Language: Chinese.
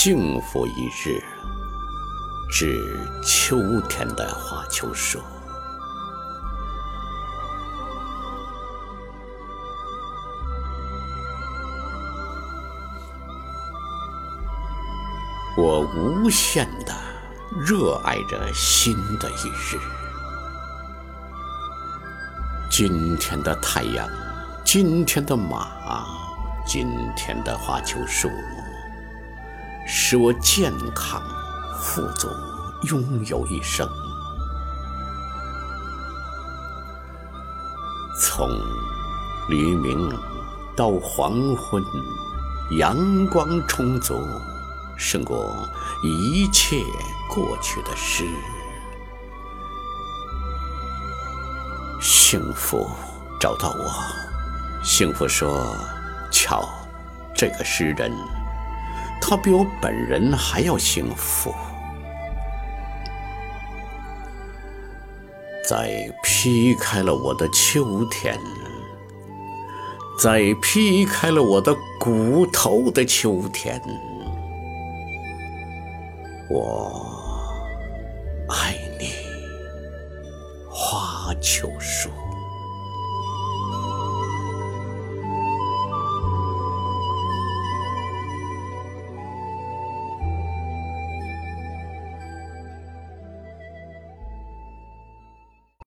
幸福一日，致秋天的花球树。我无限地热爱着新的一日。今天的太阳，今天的马，今天的花球树，使我健康富足，拥有一生。从黎明到黄昏，阳光充足，胜过一切过去的事。幸福找到我，幸福说：瞧，这个诗人，他比我本人还要幸福。在劈开了我的秋天，在劈开了我的骨头的秋天，我爱你，花球树。